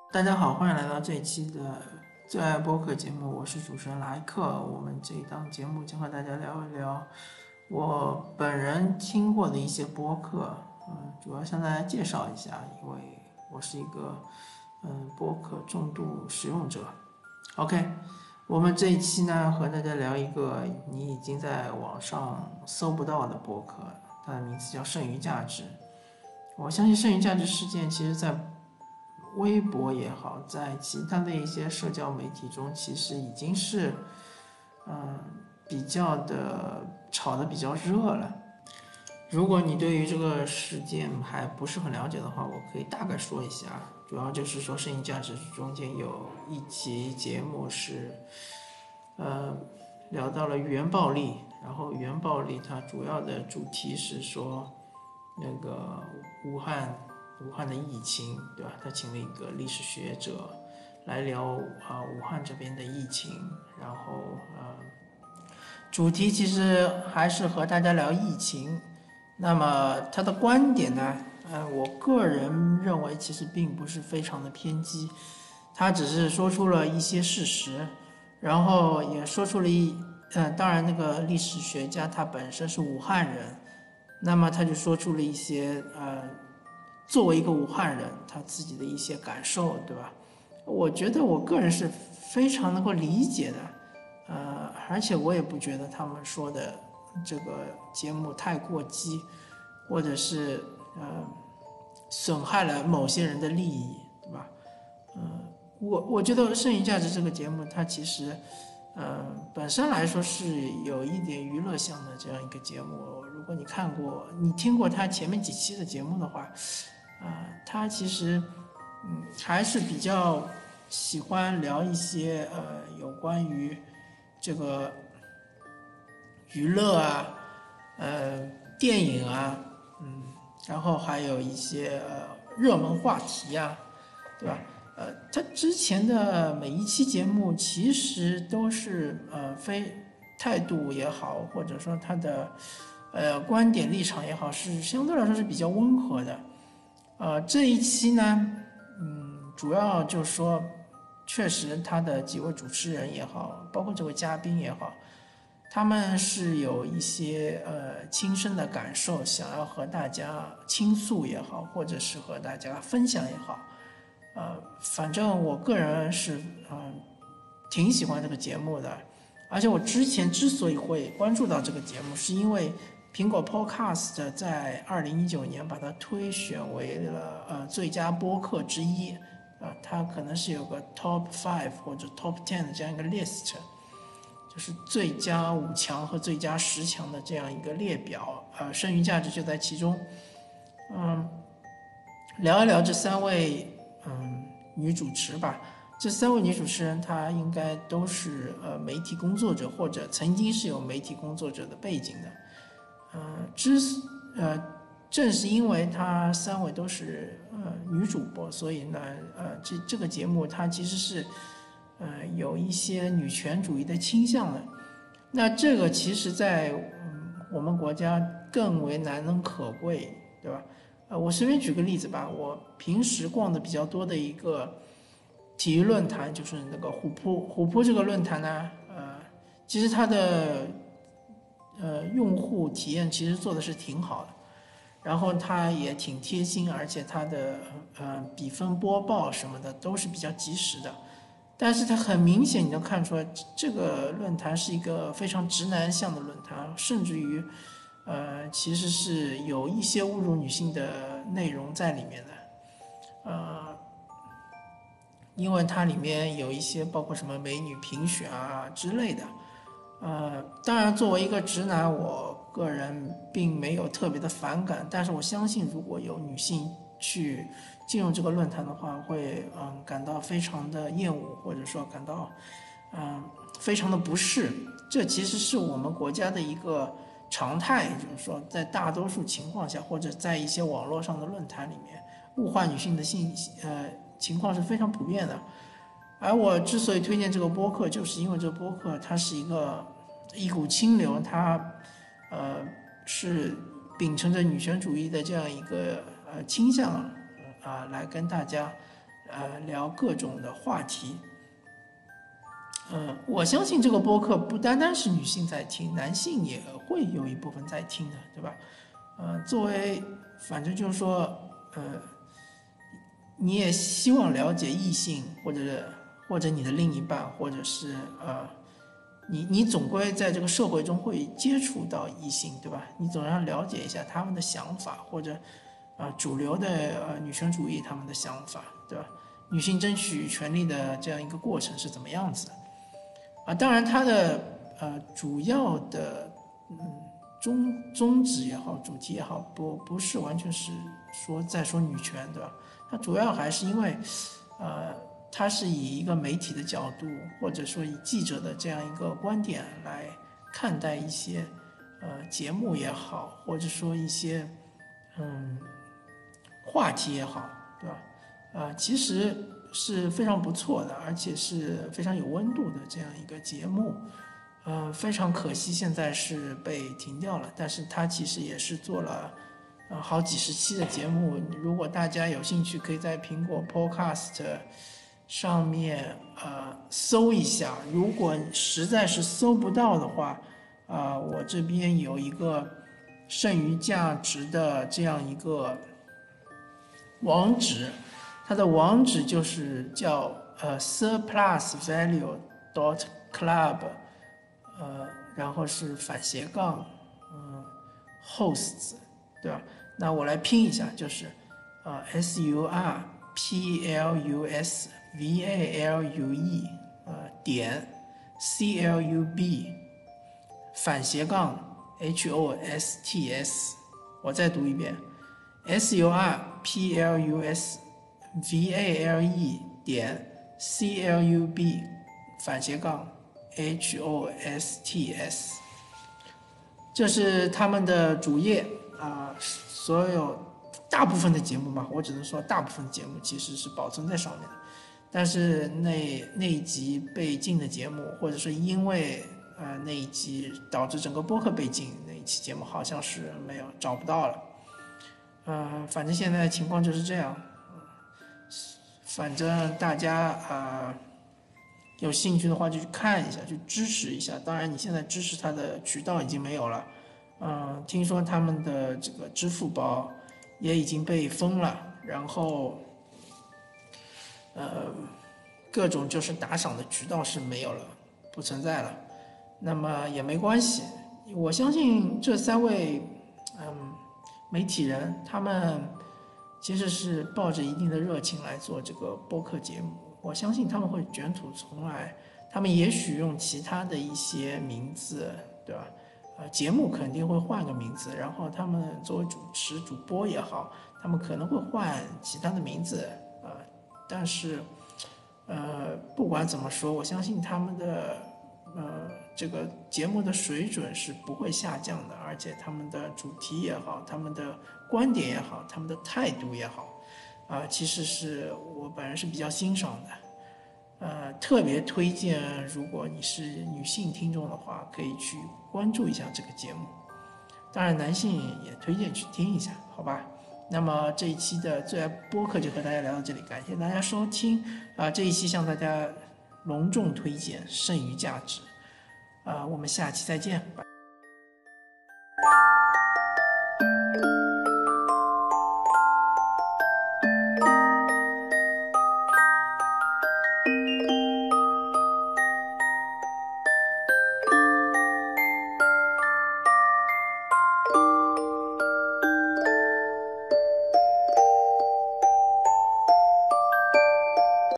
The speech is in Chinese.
大家好，欢迎来到这一期的最爱播客节目，我是主持人莱克。我们这一档节目将和大家聊一聊我本人听过的一些播客，主要向大家介绍一下，因为我是一个播客重度使用者。OK，我们这一期呢和大家聊一个你已经在网上搜不到的播客，它的名字叫剩余价值。我相信剩余价值事件其实在微博也好，在其他的一些社交媒体中，其实已经是比较的炒得比较热了。如果你对于这个事件还不是很了解的话，我可以大概说一下。主要就是说，剩余价值中间有一期节目是，聊到了语言暴力，然后语言暴力它主要的主题是说，那个武汉的疫情，对吧？他请了一个历史学者来聊武汉这边的疫情，然后主题其实还是和大家聊疫情。那么他的观点呢，我个人认为其实并不是非常的偏激，他只是说出了一些事实，然后也说出了当然那个历史学家他本身是武汉人，那么他就说出了一些作为一个武汉人他自己的一些感受，对吧？我觉得我个人是非常能够理解的，而且我也不觉得他们说的这个节目太过激，或者是损害了某些人的利益，对吧？我觉得《剩余价值》这个节目，它其实，本身来说是有一点娱乐向的这样一个节目。如果你听过它前面几期的节目的话，它其实，还是比较喜欢聊一些有关于这个娱乐啊，电影啊，然后还有一些热门话题呀，对吧？他之前的每一期节目其实都是非态度也好，或者说他的观点立场也好，是相对来说是比较温和的。这一期呢，主要就是说，确实他的几位主持人也好，包括这位嘉宾也好，他们是有一些亲身的感受，想要和大家倾诉也好，或者是和大家分享也好，反正我个人是挺喜欢这个节目的，而且我之前之所以会关注到这个节目，是因为苹果 Podcast 在2019年把它推选为了最佳播客之一，它可能是有个 Top 5或者 Top 10的这样一个 list，就是最佳5强和最佳10强的这样一个列表，剩余价值就在其中。聊一聊这三位女主持吧。这三位女主持人，她应该都是媒体工作者，或者曾经是有媒体工作者的背景的。呃，之呃，正是因为她三位都是女主播，所以呢，这个节目它其实是有一些女权主义的倾向的。那这个其实在我们国家更为难能可贵，对吧？我随便举个例子吧，我平时逛的比较多的一个体育论坛，就是那个虎扑这个论坛呢，其实它的用户体验其实做的是挺好的，然后它也挺贴心，而且它的比分播报什么的都是比较及时的。但是它很明显，你能看出来，这个论坛是一个非常直男向的论坛，甚至于，其实是有一些侮辱女性的内容在里面的，因为它里面有一些包括什么美女评选啊之类的，当然作为一个直男，我个人并没有特别的反感，但是我相信如果有女性去进入这个论坛的话，会感到非常的厌恶，或者说感到非常的不适。这其实是我们国家的一个常态，就是说在大多数情况下，或者在一些网络上的论坛里面，物化女性的情况是非常普遍的。而我之所以推荐这个播客，就是因为这个播客它是一股清流，它是秉承着女权主义的这样一个倾向来跟大家聊各种的话题。我相信这个播客不单单是女性在听，男性也会有一部分在听的，对吧？作为反正就是说，你也希望了解异性，或者你的另一半，或者是你总归在这个社会中会接触到异性，对吧？你总要了解一下他们的想法，或者主流的女权主义他们的想法，对吧？女性争取权利的这样一个过程是怎么样子的？当然它的主要的宗旨也好，主题也好，不是完全是在说女权，对吧？它主要还是因为它是以一个媒体的角度，或者说以记者的这样一个观点来看待一些节目也好，或者说一些话题也好，对吧？其实是非常不错的，而且是非常有温度的这样一个节目。非常可惜现在是被停掉了，但是它其实也是做了好几十期的节目。如果大家有兴趣，可以在苹果 Podcast 上面搜一下。如果实在是搜不到的话，我这边有一个剩余价值的这样一个网址，它的网址就是叫surplusvalue.club，然后是反斜杠hosts， 对吧？那我来拼一下，就是surplusvalue点 club 反斜杠 hosts， 我再读一遍 surplusvalue点 club 反斜杠 hosts， 这是他们的主页所有大部分的节目吧，我只能说大部分的节目其实是保存在上面的，但是那一集被禁的节目，或者是因为那一集导致整个播客被禁，那一期节目好像是没有找不到了。反正现在的情况就是这样。反正大家有兴趣的话就去看一下，去支持一下。当然你现在支持他的渠道已经没有了，听说他们的这个支付宝也已经被封了，然后各种就是打赏的渠道是没有了，不存在了。那么也没关系，我相信这3位媒体人他们其实是抱着一定的热情来做这个播客节目，我相信他们会卷土重来，他们也许用其他的一些名字，对吧？节目肯定会换个名字，然后他们作为主持主播也好，他们可能会换其他的名字但是不管怎么说，我相信他们的这个节目的水准是不会下降的，而且他们的主题也好，他们的观点也好，他们的态度也好其实是我本人是比较欣赏的。特别推荐，如果你是女性听众的话，可以去关注一下这个节目。当然，男性也推荐去听一下，好吧？那么这一期的最爱播客就和大家聊到这里，感谢大家收听这一期向大家隆重推荐剩余价值我们下期再见，拜拜。